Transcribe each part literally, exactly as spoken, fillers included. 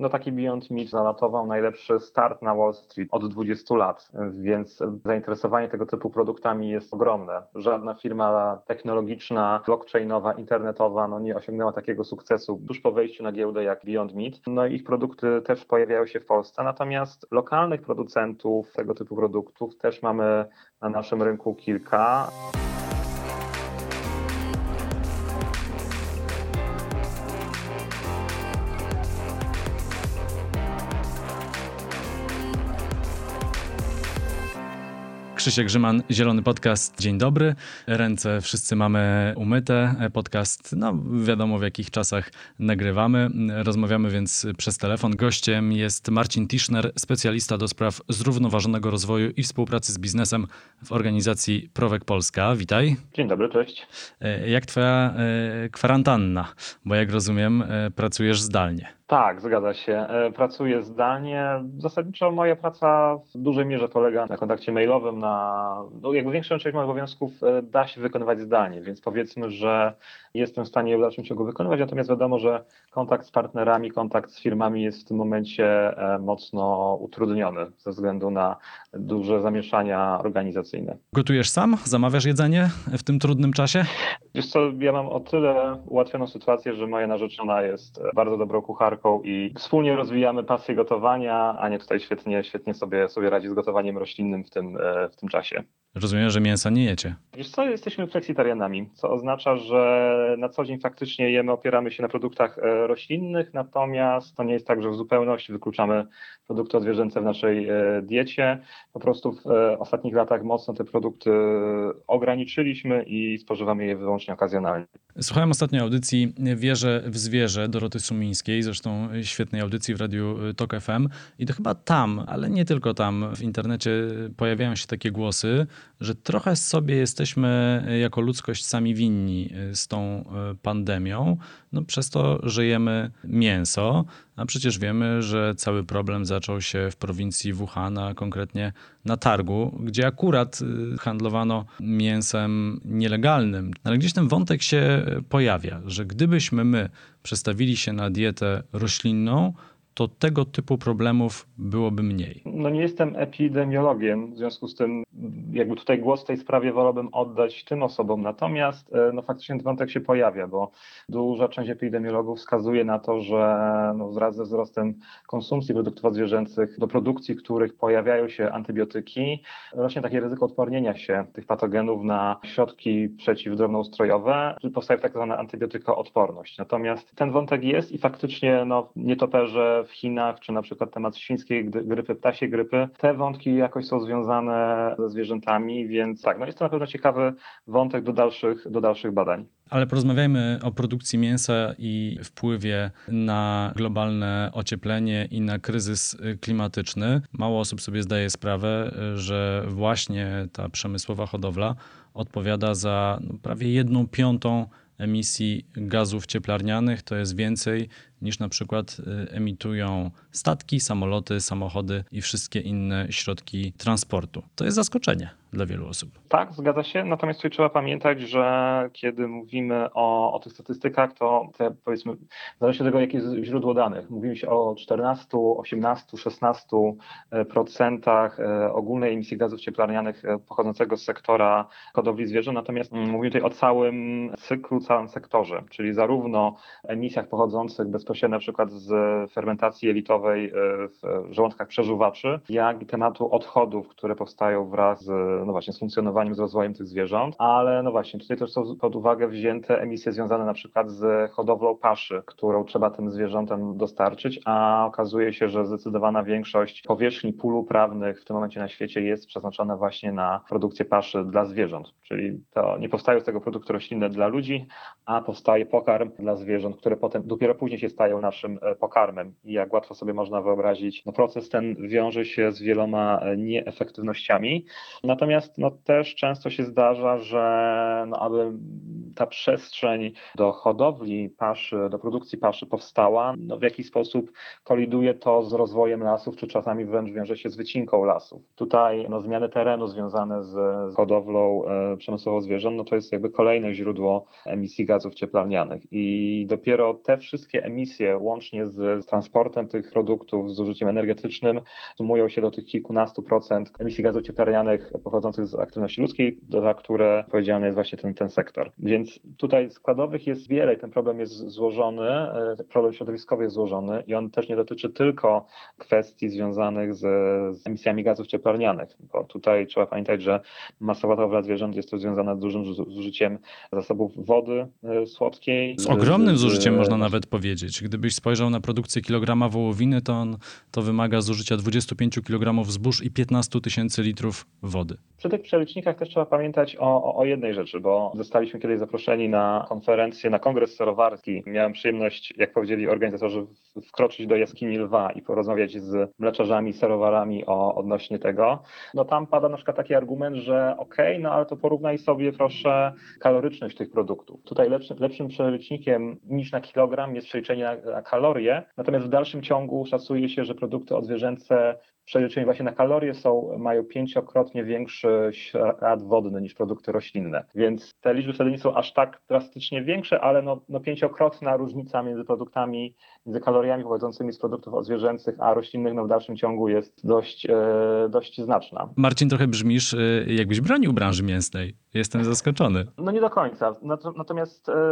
No taki Beyond Meat zanotował najlepszy start na Wall Street od dwudziestu lat, więc zainteresowanie tego typu produktami jest ogromne. Żadna firma technologiczna, blockchainowa, internetowa no nie osiągnęła takiego sukcesu tuż po wejściu na giełdę jak Beyond Meat. No i ich produkty też pojawiają się w Polsce, natomiast lokalnych producentów tego typu produktów też mamy na naszym rynku kilka. Krzysiek Grzyman, Zielony Podcast. Dzień dobry. Ręce wszyscy mamy umyte. Podcast, no wiadomo w jakich czasach nagrywamy. Rozmawiamy więc przez telefon. Gościem jest Marcin Tischner, specjalista do spraw zrównoważonego rozwoju i współpracy z biznesem w organizacji Prowek Polska. Witaj. Dzień dobry, cześć. Jak twoja kwarantanna? Bo jak rozumiem, pracujesz zdalnie. Tak, zgadza się. Pracuję zdalnie. Zasadniczo moja praca w dużej mierze polega na kontakcie mailowym, na no jakby większą część moich obowiązków da się wykonywać zdalnie, więc powiedzmy, że jestem w stanie w dalszym ciągu wykonywać, natomiast wiadomo, że kontakt z partnerami, kontakt z firmami jest w tym momencie mocno utrudniony ze względu na duże zamieszania organizacyjne. Gotujesz sam? Zamawiasz jedzenie w tym trudnym czasie? Wiesz co, ja mam o tyle ułatwioną sytuację, że moja narzeczona jest bardzo dobrą kucharką i wspólnie rozwijamy pasję gotowania. Ania tutaj świetnie, świetnie sobie, sobie radzi z gotowaniem roślinnym w tym, w tym czasie. Rozumiem, że mięsa nie jecie. Wiesz co, jesteśmy fleksitarianami, co oznacza, że na co dzień faktycznie jemy, opieramy się na produktach roślinnych, natomiast to nie jest tak, że w zupełności wykluczamy produkty odzwierzęce w naszej diecie. Po prostu w ostatnich latach mocno te produkty ograniczyliśmy i spożywamy je wyłącznie okazjonalnie. Słuchałem ostatnio audycji Wierzę w zwierzę Doroty Sumińskiej, zresztą świetnej audycji w Radiu Tok F M i to chyba tam, ale nie tylko tam, w internecie pojawiają się takie głosy, że trochę sobie jesteśmy jako ludzkość sami winni z tą pandemią, no przez to, że jemy mięso, a przecież wiemy, że cały problem zaczął się w prowincji Wuhan, a konkretnie na targu, gdzie akurat handlowano mięsem nielegalnym. Ale gdzieś ten wątek się pojawia, że gdybyśmy my przestawili się na dietę roślinną, to tego typu problemów byłoby mniej. No nie jestem epidemiologiem, w związku z tym jakby tutaj głos w tej sprawie wolałbym oddać tym osobom. Natomiast no faktycznie ten wątek się pojawia, bo duża część epidemiologów wskazuje na to, że no wraz ze wzrostem konsumpcji produktów odzwierzęcych, do produkcji których pojawiają się antybiotyki, rośnie takie ryzyko odpornienia się tych patogenów na środki przeciwdrobnoustrojowe, czyli powstaje tak zwana antybiotykoodporność. Natomiast ten wątek jest i faktycznie no, nietoperze w Chinach, czy na przykład temat świńskiej grypy, ptasiej grypy, te wątki jakoś są związane ze zwierzętami, więc tak, no jest to na pewno ciekawy wątek do dalszych, do dalszych badań. Ale porozmawiajmy o produkcji mięsa i wpływie na globalne ocieplenie i na kryzys klimatyczny. Mało osób sobie zdaje sprawę, że właśnie ta przemysłowa hodowla odpowiada za no, prawie jedną piątą emisji gazów cieplarnianych. To jest więcej niż na przykład emitują statki, samoloty, samochody i wszystkie inne środki transportu. To jest zaskoczenie dla wielu osób. Tak, zgadza się. Natomiast tutaj trzeba pamiętać, że kiedy mówimy o, o tych statystykach, to te, powiedzmy, zależy od tego, jakie jest źródło danych. Mówimy się o czternaście, osiemnaście, szesnaście procentach ogólnej emisji gazów cieplarnianych pochodzącego z sektora hodowli zwierząt. Natomiast mówimy tutaj o całym cyklu, całym sektorze, czyli zarówno emisjach pochodzących bezpośrednio na przykład z fermentacji jelitowej w żołądkach przeżuwaczy, jak i tematu odchodów, które powstają wraz z, no właśnie, z funkcjonowaniem, z rozwojem tych zwierząt, ale no właśnie, tutaj też są pod uwagę wzięte emisje związane na przykład z hodowlą paszy, którą trzeba tym zwierzętom dostarczyć, a okazuje się, że zdecydowana większość powierzchni pól uprawnych w tym momencie na świecie jest przeznaczona właśnie na produkcję paszy dla zwierząt, czyli to nie powstają z tego produkty roślinne dla ludzi, a powstaje pokarm dla zwierząt, które potem dopiero później się stają naszym pokarmem. I jak łatwo sobie można wyobrazić, no proces ten wiąże się z wieloma nieefektywnościami. Natomiast no też często się zdarza, że no aby ta przestrzeń do hodowli paszy, do produkcji paszy powstała, no w jakiś sposób koliduje to z rozwojem lasów, czy czasami wręcz wiąże się z wycinką lasów. Tutaj no, zmiany terenu związane z hodowlą e, przemysłową zwierząt, no to jest jakby kolejne źródło emisji gazów cieplarnianych. I dopiero te wszystkie emisje emisje łącznie z transportem tych produktów, z zużyciem energetycznym sumują się do tych kilkunastu procent emisji gazów cieplarnianych pochodzących z aktywności ludzkiej, za które odpowiedzialny jest właśnie ten, ten sektor. Więc tutaj składowych jest wiele i ten problem jest złożony, problem środowiskowy jest złożony i on też nie dotyczy tylko kwestii związanych z, z emisjami gazów cieplarnianych, bo tutaj trzeba pamiętać, że masowa hodowla zwierząt jest to związana z dużym zużyciem zasobów wody słodkiej. Z ogromnym zużyciem można nawet powiedzieć. Gdybyś spojrzał na produkcję kilograma wołowiny, to on to wymaga zużycia dwudziestu pięciu kilogramów zbóż i piętnastu tysięcy litrów wody. Przy tych przelicznikach też trzeba pamiętać o, o, o jednej rzeczy, bo zostaliśmy kiedyś zaproszeni na konferencję, na kongres serowarski. Miałem przyjemność, jak powiedzieli organizatorzy, wkroczyć do jaskini lwa i porozmawiać z mleczarzami, serowarami o odnośnie tego. No tam pada na przykład taki argument, że okej, okay, no ale to porównaj sobie proszę kaloryczność tych produktów. Tutaj lepszym, lepszym przelicznikiem niż na kilogram jest przeliczenie na, na kalorie, natomiast w dalszym ciągu szacuje się, że produkty odzwierzęce w przeliczeniu właśnie na kalorie są, mają pięciokrotnie większy ślad wodny niż produkty roślinne. Więc te liczby wtedy nie są aż tak drastycznie większe, ale no, no pięciokrotna różnica między produktami, między kaloriami pochodzącymi z produktów odzwierzęcych, a roślinnych no w dalszym ciągu jest dość, e, dość znaczna. Marcin, trochę brzmisz, jakbyś bronił branży mięsnej. Jestem zaskoczony. No nie do końca. Natomiast e,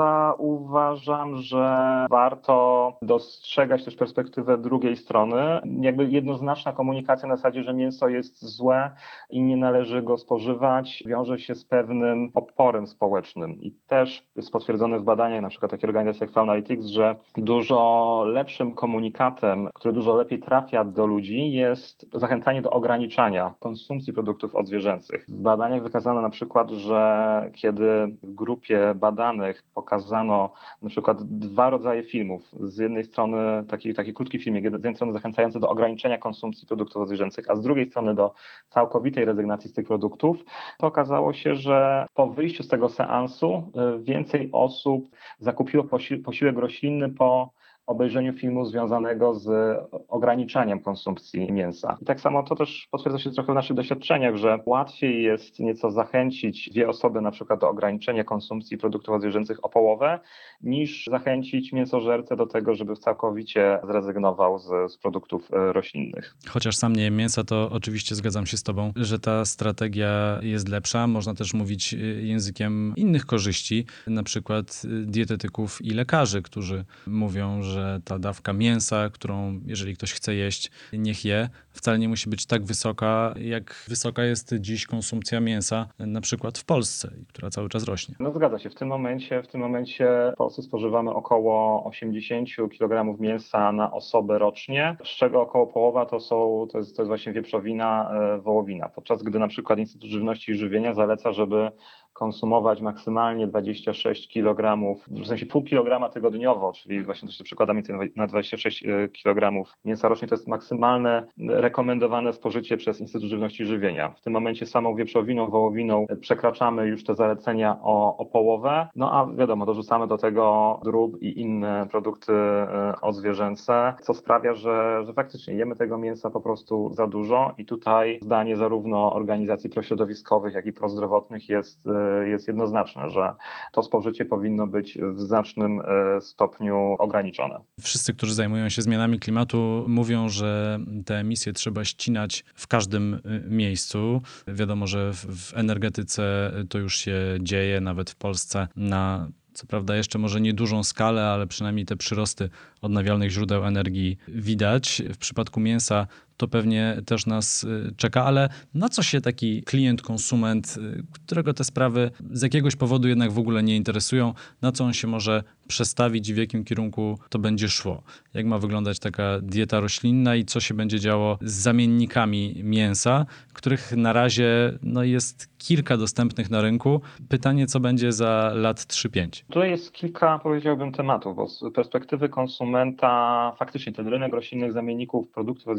zauważam, że warto dostrzegać też perspektywę drugiej strony. Jakby jednoznaczna komunikacja na zasadzie, że mięso jest złe i nie należy go spożywać, wiąże się z pewnym oporem społecznym. I też jest potwierdzone w badaniach, na przykład takiej organizacji jak Faunalytics, że dużo lepszym komunikatem, który dużo lepiej trafia do ludzi, jest zachęcanie do ograniczania konsumpcji produktów odzwierzęcych. W badaniach wykazano na przykład, że kiedy w grupie badanych pokazano na przykład dwa rodzaje filmów, z jednej strony taki, taki krótki filmik, z jednej strony zachęcający do ograniczenia konsumpcji produktów odzwierzęcych, a z drugiej strony do całkowitej rezygnacji z tych produktów, to okazało się, że po wyjściu z tego seansu więcej osób zakupiło posiłek roślinny po obejrzeniu filmu związanego z ograniczaniem konsumpcji mięsa. I tak samo to też potwierdza się trochę w naszych doświadczeniach, że łatwiej jest nieco zachęcić dwie osoby na przykład do ograniczenia konsumpcji produktów odzwierzęcych o połowę, niż zachęcić mięsożercę do tego, żeby całkowicie zrezygnował z, z produktów roślinnych. Chociaż sam nie jem mięsa, to oczywiście zgadzam się z tobą, że ta strategia jest lepsza. Można też mówić językiem innych korzyści, na przykład dietetyków i lekarzy, którzy mówią, że że ta dawka mięsa, którą jeżeli ktoś chce jeść, niech je, wcale nie musi być tak wysoka, jak wysoka jest dziś konsumpcja mięsa, na przykład w Polsce, która cały czas rośnie. No zgadza się. W tym momencie, w tym momencie w Polsce spożywamy około osiemdziesiąt kilogramów mięsa na osobę rocznie, z czego około połowa to są, to jest, to jest właśnie wieprzowina, wołowina. Podczas gdy na przykład Instytut Żywności i Żywienia zaleca, żeby konsumować maksymalnie dwadzieścia sześć kilogramów, w sensie pół kilograma tygodniowo, czyli właśnie to się przekłada mniej więcej na dwadzieścia sześć kilogramów mięsa rocznie. To jest maksymalne rekomendowane spożycie przez Instytut Żywności i Żywienia. W tym momencie samą wieprzowiną, wołowiną przekraczamy już te zalecenia o, o połowę, no a wiadomo, dorzucamy do tego drób i inne produkty odzwierzęce, co sprawia, że, że faktycznie jemy tego mięsa po prostu za dużo i tutaj zdanie zarówno organizacji prośrodowiskowych, jak i prozdrowotnych jest jest jednoznaczne, że to spożycie powinno być w znacznym stopniu ograniczone. Wszyscy, którzy zajmują się zmianami klimatu, mówią, że te emisje trzeba ścinać w każdym miejscu. Wiadomo, że w energetyce to już się dzieje, nawet w Polsce na co prawda jeszcze może niedużą skalę, ale przynajmniej te przyrosty odnawialnych źródeł energii widać. W przypadku mięsa to pewnie też nas czeka, ale na co się taki klient, konsument, którego te sprawy z jakiegoś powodu jednak w ogóle nie interesują, na co on się może przestawić i w jakim kierunku to będzie szło? Jak ma wyglądać taka dieta roślinna i co się będzie działo z zamiennikami mięsa, których na razie no, jest kilka dostępnych na rynku. Pytanie, co będzie za lat trzy pięć? Tutaj jest kilka, powiedziałbym, tematów, bo z perspektywy konsumenta faktycznie ten rynek roślinnych zamienników produktów odzwierzęcych,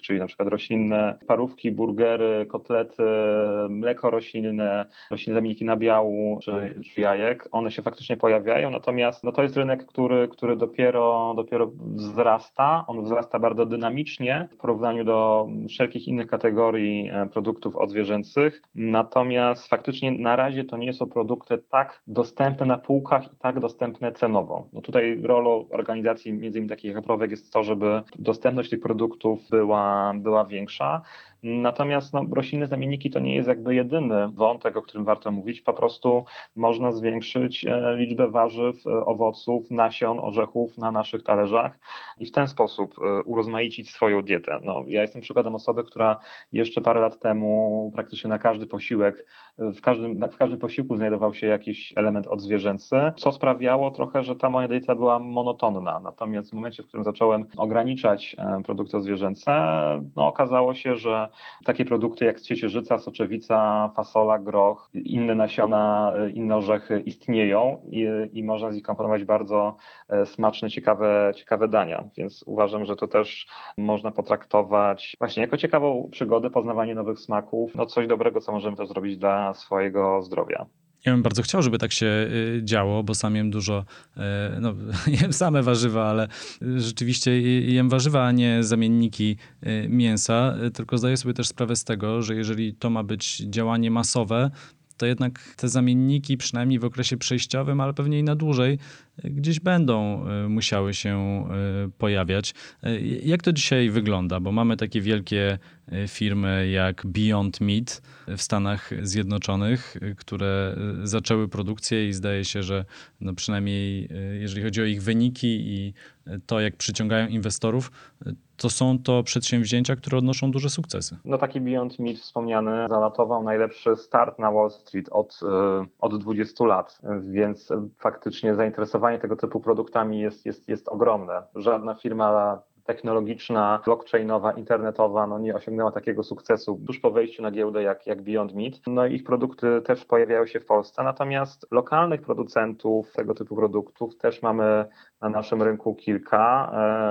czyli na przykład roślinne parówki, burgery, kotlety, mleko roślinne, roślinne zamienniki nabiału czy, czy jajek, one się faktycznie pojawiają, natomiast no to jest rynek, który, który dopiero, dopiero wzrasta, on wzrasta bardzo dynamicznie w porównaniu do wszelkich innych kategorii produktów odzwierzęcych, natomiast faktycznie na razie to nie są produkty tak dostępne na półkach i tak dostępne cenowo. No tutaj rolą organizacji między innymi takich jak Aprowek jest to, żeby dostępność tych produktów była, była większa. Natomiast no, roślinne zamienniki to nie jest jakby jedyny wątek, o którym warto mówić. Po prostu można zwiększyć liczbę warzyw, owoców, nasion, orzechów na naszych talerzach i w ten sposób urozmaicić swoją dietę. No, ja jestem przykładem osoby, która jeszcze parę lat temu praktycznie na każdy posiłek, w każdym, w każdym posiłku znajdował się jakiś element odzwierzęcy, co sprawiało trochę, że ta moja dieta była monotonna. Natomiast w momencie, w którym zacząłem ograniczać produkty odzwierzęce, no, okazało się, że takie produkty jak ciecierzyca, soczewica, fasola, groch, inne nasiona, inne orzechy istnieją i, i można z nich komponować bardzo smaczne, ciekawe, ciekawe dania. Więc uważam, że to też można potraktować właśnie jako ciekawą przygodę, poznawanie nowych smaków, no coś dobrego, co możemy też zrobić dla swojego zdrowia. Ja bym bardzo chciał, żeby tak się działo, bo sam jem dużo, no jem same warzywa, ale rzeczywiście jem warzywa, a nie zamienniki mięsa, tylko zdaję sobie też sprawę z tego, że jeżeli to ma być działanie masowe, to jednak te zamienniki, przynajmniej w okresie przejściowym, ale pewnie i na dłużej, gdzieś będą musiały się pojawiać. Jak to dzisiaj wygląda? Bo mamy takie wielkie firmy jak Beyond Meat w Stanach Zjednoczonych, które zaczęły produkcję i zdaje się, że no przynajmniej jeżeli chodzi o ich wyniki i to, jak przyciągają inwestorów, to są to przedsięwzięcia, które odnoszą duże sukcesy. No taki Beyond Meat wspomniany zanotował najlepszy start na Wall Street od, od dwudziestu lat, więc faktycznie zainteresowanie tego typu produktami jest, jest, jest ogromne. Żadna firma technologiczna, blockchainowa, internetowa, no nie osiągnęła takiego sukcesu tuż po wejściu na giełdę jak, jak Beyond Meat. No i ich produkty też pojawiają się w Polsce, natomiast lokalnych producentów tego typu produktów też mamy na naszym rynku kilka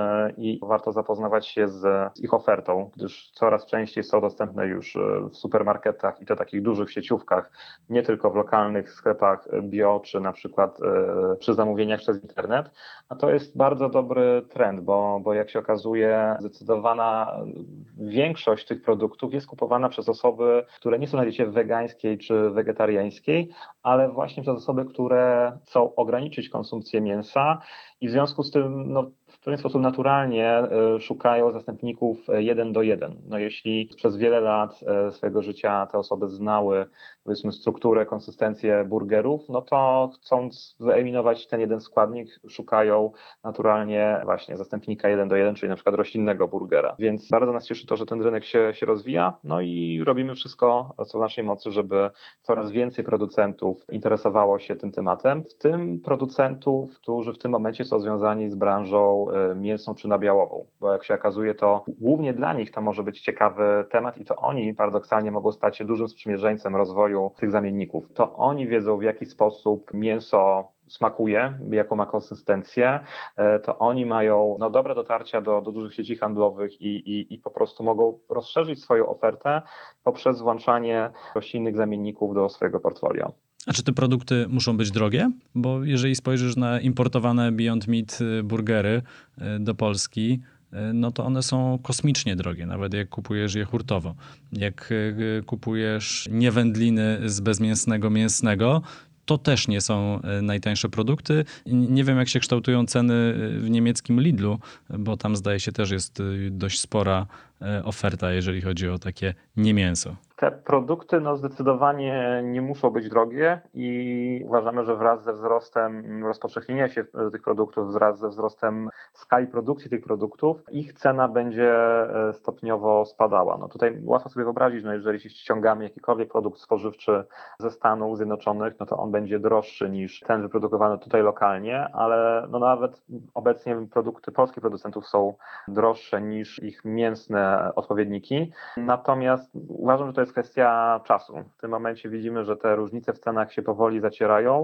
i warto zapoznawać się z, z ich ofertą, gdyż coraz częściej są dostępne już w supermarketach i to takich dużych sieciówkach, nie tylko w lokalnych sklepach bio, czy na przykład przy zamówieniach przez internet, a to jest bardzo dobry trend, bo, bo jak się okazuje, zdecydowana większość tych produktów jest kupowana przez osoby, które nie są na diecie wegańskiej czy wegetariańskiej, ale właśnie przez osoby, które chcą ograniczyć konsumpcję mięsa i w związku z tym no, w pewien sposób naturalnie szukają zastępników jeden do jeden. No, jeśli przez wiele lat swojego życia te osoby znały, powiedzmy, strukturę, konsystencję burgerów, no to chcąc wyeliminować ten jeden składnik, szukają naturalnie właśnie zastępnika jeden do jeden, czyli na przykład roślinnego burgera. Więc bardzo nas cieszy to, że ten rynek się, się rozwija, no i robimy wszystko, co w naszej mocy, żeby coraz więcej producentów interesowało się tym tematem, w tym producentów, którzy w tym momencie są związani z branżą mięsną czy nabiałową, bo jak się okazuje, to głównie dla nich to może być ciekawy temat i to oni paradoksalnie mogą stać się dużym sprzymierzeńcem rozwoju tych zamienników. To oni wiedzą, w jaki sposób mięso smakuje, jaką ma konsystencję, to oni mają no, dobre dotarcia do, do dużych sieci handlowych i, i, i po prostu mogą rozszerzyć swoją ofertę poprzez włączanie roślinnych zamienników do swojego portfolio. A czy te produkty muszą być drogie? Bo jeżeli spojrzysz na importowane Beyond Meat burgery do Polski, no to one są kosmicznie drogie, nawet jak kupujesz je hurtowo. Jak kupujesz niewędliny z bezmięsnego mięsnego, to też nie są najtańsze produkty. Nie wiem, jak się kształtują ceny w niemieckim Lidlu, bo tam zdaje się też jest dość spora oferta, jeżeli chodzi o takie niemięso. Te produkty no zdecydowanie nie muszą być drogie i uważamy, że wraz ze wzrostem rozpowszechnienia się tych produktów, wraz ze wzrostem skali produkcji tych produktów, ich cena będzie stopniowo spadała. No tutaj łatwo sobie wyobrazić, no jeżeli ściągamy jakikolwiek produkt spożywczy ze Stanów Zjednoczonych, no to on będzie droższy niż ten wyprodukowany tutaj lokalnie, ale no nawet obecnie produkty polskich producentów są droższe niż ich mięsne odpowiedniki. Natomiast uważam, że to jest kwestia czasu. W tym momencie widzimy, że te różnice w cenach się powoli zacierają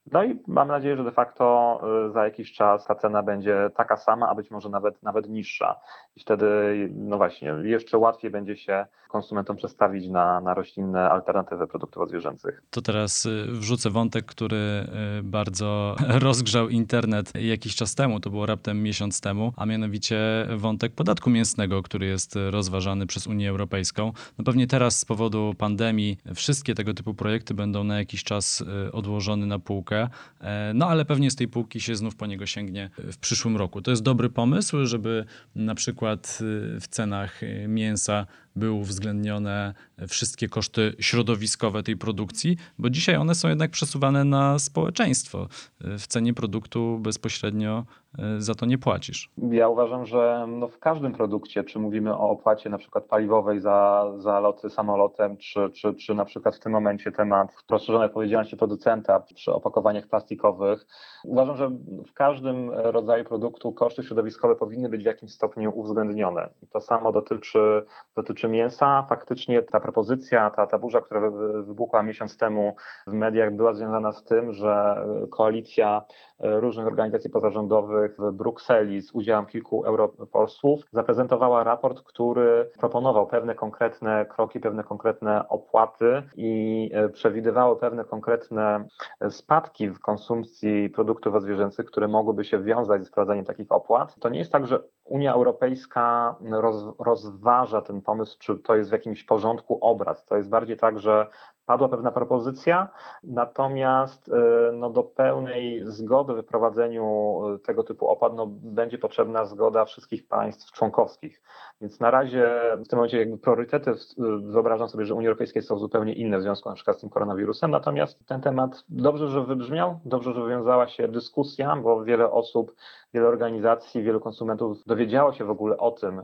No i mam nadzieję, że de facto y, za jakiś czas ta cena będzie taka sama, a być może nawet, nawet niższa. I wtedy, no właśnie, jeszcze łatwiej będzie się konsumentom przestawić na, na roślinne alternatywy produktów odzwierzęcych. To teraz y, wrzucę wątek, który y, bardzo rozgrzał internet jakiś czas temu, to było raptem miesiąc temu, a mianowicie wątek podatku mięsnego, który jest rozważany przez Unię Europejską. No pewnie teraz z powodu pandemii wszystkie tego typu projekty będą na jakiś czas y, odłożone na półkę, e, no ale pewnie z tej półki się znów po niego sięgnie w przyszłym roku. To jest dobry pomysł, żeby na przykład y, w cenach y, mięsa były uwzględnione wszystkie koszty środowiskowe tej produkcji, bo dzisiaj one są jednak przesuwane na społeczeństwo. W cenie produktu bezpośrednio za to nie płacisz. Ja uważam, że no w każdym produkcie, czy mówimy o opłacie na przykład paliwowej za, za loty samolotem, czy, czy, czy na przykład w tym momencie temat rozszerzonej odpowiedzialności producenta przy opakowaniach plastikowych, uważam, że w każdym rodzaju produktu koszty środowiskowe powinny być w jakimś stopniu uwzględnione. I to samo dotyczy, dotyczy mięsa. Faktycznie ta propozycja, ta, ta burza, która wybuchła miesiąc temu w mediach, była związana z tym, że koalicja różnych organizacji pozarządowych w Brukseli z udziałem kilku europosłów zaprezentowała raport, który proponował pewne konkretne kroki, pewne konkretne opłaty i przewidywało pewne konkretne spadki w konsumpcji produktów odzwierzęcych, które mogłyby się wiązać z wprowadzaniem takich opłat. To nie jest tak, że Unia Europejska roz, rozważa ten pomysł, czy to jest w jakimś porządku obrad. To jest bardziej tak, że padła pewna propozycja, natomiast no, do pełnej zgody w wprowadzeniu tego typu opłat no, będzie potrzebna zgoda wszystkich państw członkowskich. Więc na razie w tym momencie jakby priorytety wyobrażam sobie, że Unii Europejskiej są zupełnie inne w związku na przykład z tym koronawirusem, natomiast ten temat dobrze, że wybrzmiał, dobrze, że wywiązała się dyskusja, bo wiele osób, wiele organizacji, wielu konsumentów dowiedziało się w ogóle o tym,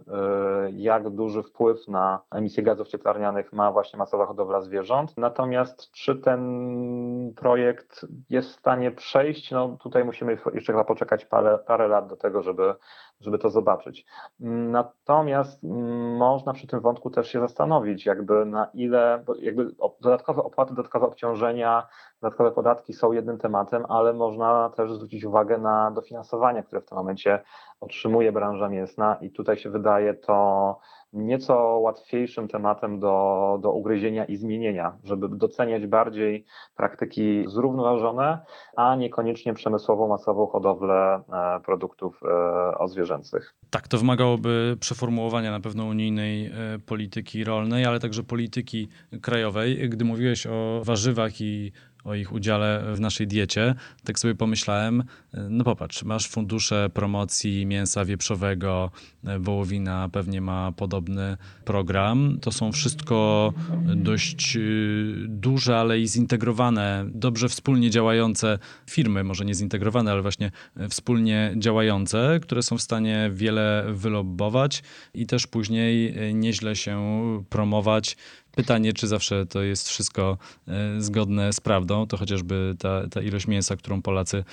jak duży wpływ na emisję gazów cieplarnianych ma właśnie masowa hodowla zwierząt. Natomiast czy ten projekt jest w stanie przejść, no tutaj musimy jeszcze chyba poczekać parę, parę lat do tego, żeby, żeby to zobaczyć. Natomiast można przy tym wątku też się zastanowić, jakby na ile, jakby dodatkowe opłaty, dodatkowe obciążenia, dodatkowe podatki są jednym tematem, ale można też zwrócić uwagę na dofinansowanie, które w tym momencie otrzymuje branża mięsna i tutaj się wydaje to nieco łatwiejszym tematem do, do ugryzienia i zmienienia, żeby doceniać bardziej praktyki zrównoważone, a niekoniecznie przemysłową, masową hodowlę produktów odzwierzęcych. Tak, to wymagałoby przeformułowania na pewno unijnej polityki rolnej, ale także polityki krajowej. Gdy mówiłeś o warzywach i o ich udziale w naszej diecie, tak sobie pomyślałem, no popatrz, masz fundusze promocji mięsa wieprzowego, wołowina pewnie ma podobny program. To są wszystko dość duże, ale i zintegrowane, dobrze wspólnie działające firmy, może nie zintegrowane, ale właśnie wspólnie działające, które są w stanie wiele wylobbować i też później nieźle się promować. Pytanie, czy zawsze to jest wszystko zgodne z prawdą, to chociażby ta, ta ilość mięsa, którą Polacy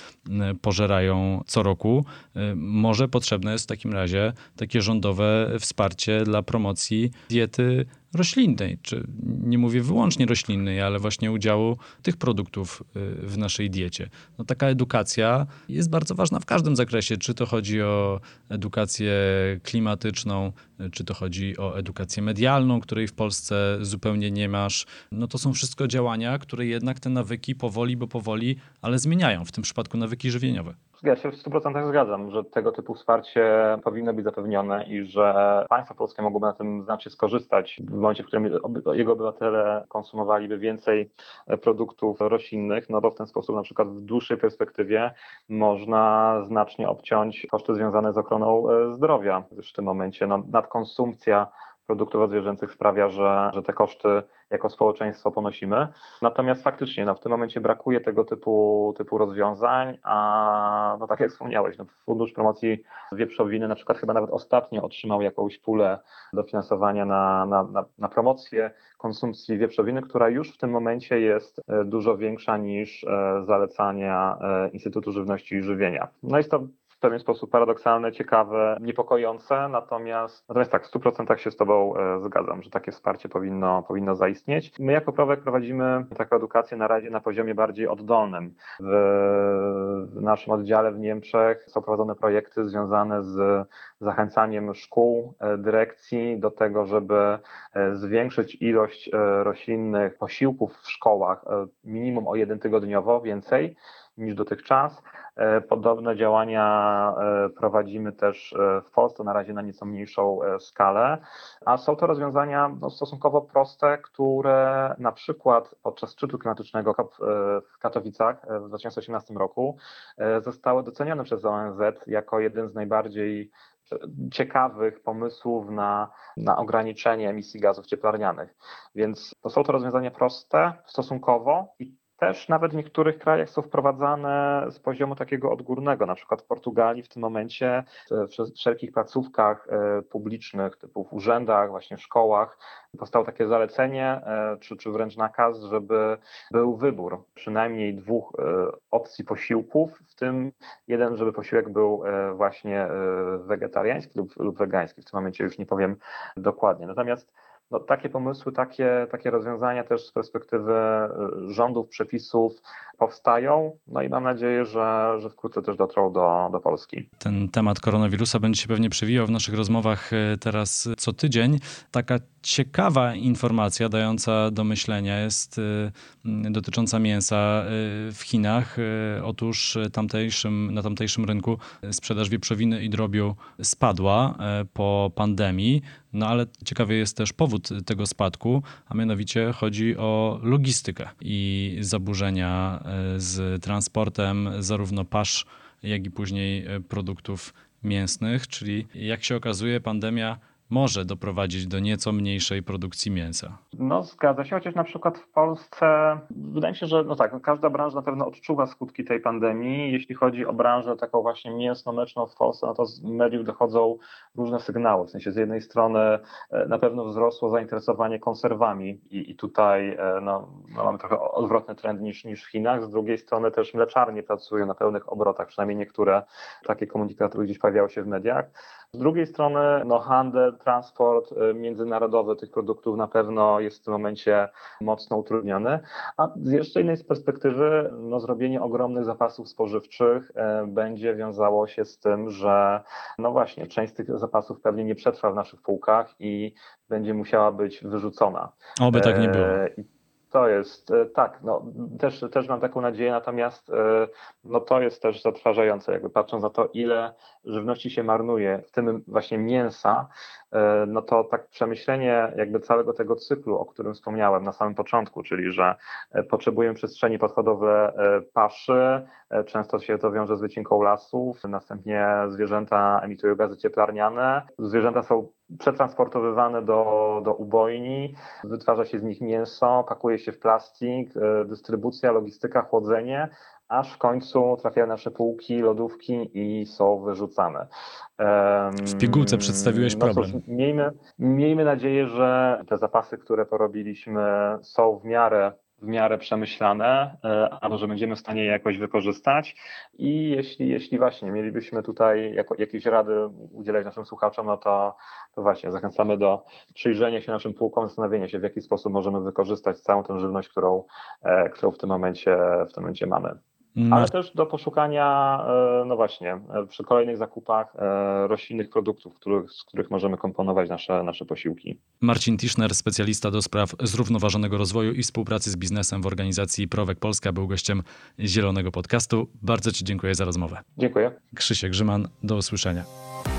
pożerają co roku. Może potrzebne jest w takim razie takie rządowe wsparcie dla promocji diety roślinnej, czy nie mówię wyłącznie roślinnej, ale właśnie udziału tych produktów w naszej diecie. No taka edukacja jest bardzo ważna w każdym zakresie, czy to chodzi o edukację klimatyczną, czy to chodzi o edukację medialną, której w Polsce zupełnie nie masz. No to są wszystko działania, które jednak te nawyki powoli, bo powoli, ale zmieniają, w tym przypadku nawyki żywieniowe. Ja się w stu procentach zgadzam, że tego typu wsparcie powinno być zapewnione i że państwa polskie mogłyby na tym znacznie skorzystać w momencie, w którym jego obywatele konsumowaliby więcej produktów roślinnych, no bo w ten sposób na przykład w dłuższej perspektywie można znacznie obciąć koszty związane z ochroną zdrowia. Już w tym momencie no, nadkonsumpcja produktów odzwierzęcych sprawia, że, że te koszty jako społeczeństwo ponosimy. Natomiast faktycznie no, w tym momencie brakuje tego typu, typu rozwiązań, a no, tak jak wspomniałeś, no, Fundusz Promocji Wieprzowiny na przykład chyba nawet ostatnio otrzymał jakąś pulę dofinansowania na, na, na, na promocję konsumpcji wieprzowiny, która już w tym momencie jest dużo większa niż zalecania Instytutu Żywności i Żywienia. No jest to w pewien sposób paradoksalne, ciekawe, niepokojące, natomiast, natomiast tak, w stu procentach się z Tobą zgadzam, że takie wsparcie powinno, powinno zaistnieć. My jako Prowek prowadzimy taką edukację na razie na poziomie bardziej oddolnym. W, w naszym oddziale w Niemczech są prowadzone projekty związane z zachęcaniem szkół, dyrekcji do tego, żeby zwiększyć ilość roślinnych posiłków w szkołach minimum o jeden tygodniowo więcej niż dotychczas. Podobne działania prowadzimy też w Polsce, na razie na nieco mniejszą skalę, a są to rozwiązania no, stosunkowo proste, które na przykład podczas szczytu klimatycznego COP w Katowicach w dwa tysiące osiemnastym roku zostały docenione przez O N Z jako jeden z najbardziej ciekawych pomysłów na, na ograniczenie emisji gazów cieplarnianych. Więc to są to rozwiązania proste stosunkowo i też nawet w niektórych krajach są wprowadzane z poziomu takiego odgórnego, na przykład w Portugalii w tym momencie w wszelkich placówkach publicznych, typu w urzędach, właśnie w szkołach, powstało takie zalecenie, czy, czy wręcz nakaz, żeby był wybór przynajmniej dwóch opcji posiłków, w tym jeden, żeby posiłek był właśnie wegetariański lub, lub wegański. W tym momencie już nie powiem dokładnie. Natomiast no, takie pomysły, takie, takie rozwiązania też z perspektywy rządów, przepisów powstają, no i mam nadzieję, że, że wkrótce też dotrą do, do Polski. Ten temat koronawirusa będzie się pewnie przewijał w naszych rozmowach teraz co tydzień. Taka ciekawa informacja dająca do myślenia jest dotycząca mięsa w Chinach. Otóż tamtejszym, na tamtejszym rynku sprzedaż wieprzowiny i drobiu spadła po pandemii, no ale ciekawy jest też powód tego spadku, a mianowicie chodzi o logistykę i zaburzenia z transportem zarówno pasz, jak i później produktów mięsnych, czyli jak się okazuje, pandemia może doprowadzić do nieco mniejszej produkcji mięsa. No zgadza się, chociaż na przykład w Polsce wydaje mi się, że no tak, no każda branża na pewno odczuwa skutki tej pandemii. Jeśli chodzi o branżę taką właśnie mięsno-mleczną w Polsce, no to z mediów dochodzą różne sygnały. W sensie z jednej strony na pewno wzrosło zainteresowanie konserwami i, i tutaj no, no mamy trochę odwrotny trend niż, niż w Chinach. Z drugiej strony też mleczarnie pracują na pełnych obrotach, przynajmniej niektóre takie komunikaty gdzieś pojawiały się w mediach. Z drugiej strony no, handel, transport międzynarodowy tych produktów na pewno jest w tym momencie mocno utrudniony, a z jeszcze innej perspektywy no, zrobienie ogromnych zapasów spożywczych będzie wiązało się z tym, że no właśnie część z tych zapasów pewnie nie przetrwa w naszych półkach i będzie musiała być wyrzucona. Oby tak nie było. To jest, tak, no też, też mam taką nadzieję, natomiast no to jest też zatrważające, jakby patrząc na to, ile żywności się marnuje, w tym właśnie mięsa, no to tak przemyślenie jakby całego tego cyklu, o którym wspomniałem na samym początku, czyli że potrzebujemy przestrzeni podchodowe paszy, często się to wiąże z wycinką lasów, następnie zwierzęta emitują gazy cieplarniane, zwierzęta są przetransportowywane do, do ubojni, wytwarza się z nich mięso, pakuje się w plastik, dystrybucja, logistyka, chłodzenie, aż w końcu trafiają na nasze półki, lodówki i są wyrzucane. W pigułce przedstawiłeś no problem. Cóż, miejmy, miejmy nadzieję, że te zapasy, które porobiliśmy, są w miarę w miarę przemyślane, albo że będziemy w stanie je jakoś wykorzystać i jeśli, jeśli właśnie mielibyśmy tutaj jako, jakieś rady udzielać naszym słuchaczom, no to, to właśnie zachęcamy do przyjrzenia się naszym półkom, zastanowienia się, w jaki sposób możemy wykorzystać całą tę żywność, którą, którą w tym momencie, w tym momencie mamy. Ale też do poszukania, no właśnie, przy kolejnych zakupach roślinnych produktów, których, z których możemy komponować nasze, nasze posiłki. Marcin Tischner, specjalista do spraw zrównoważonego rozwoju i współpracy z biznesem w organizacji Prowek Polska, był gościem Zielonego Podcastu. Bardzo Ci dziękuję za rozmowę. Dziękuję. Krzysiek Grzyman, do usłyszenia.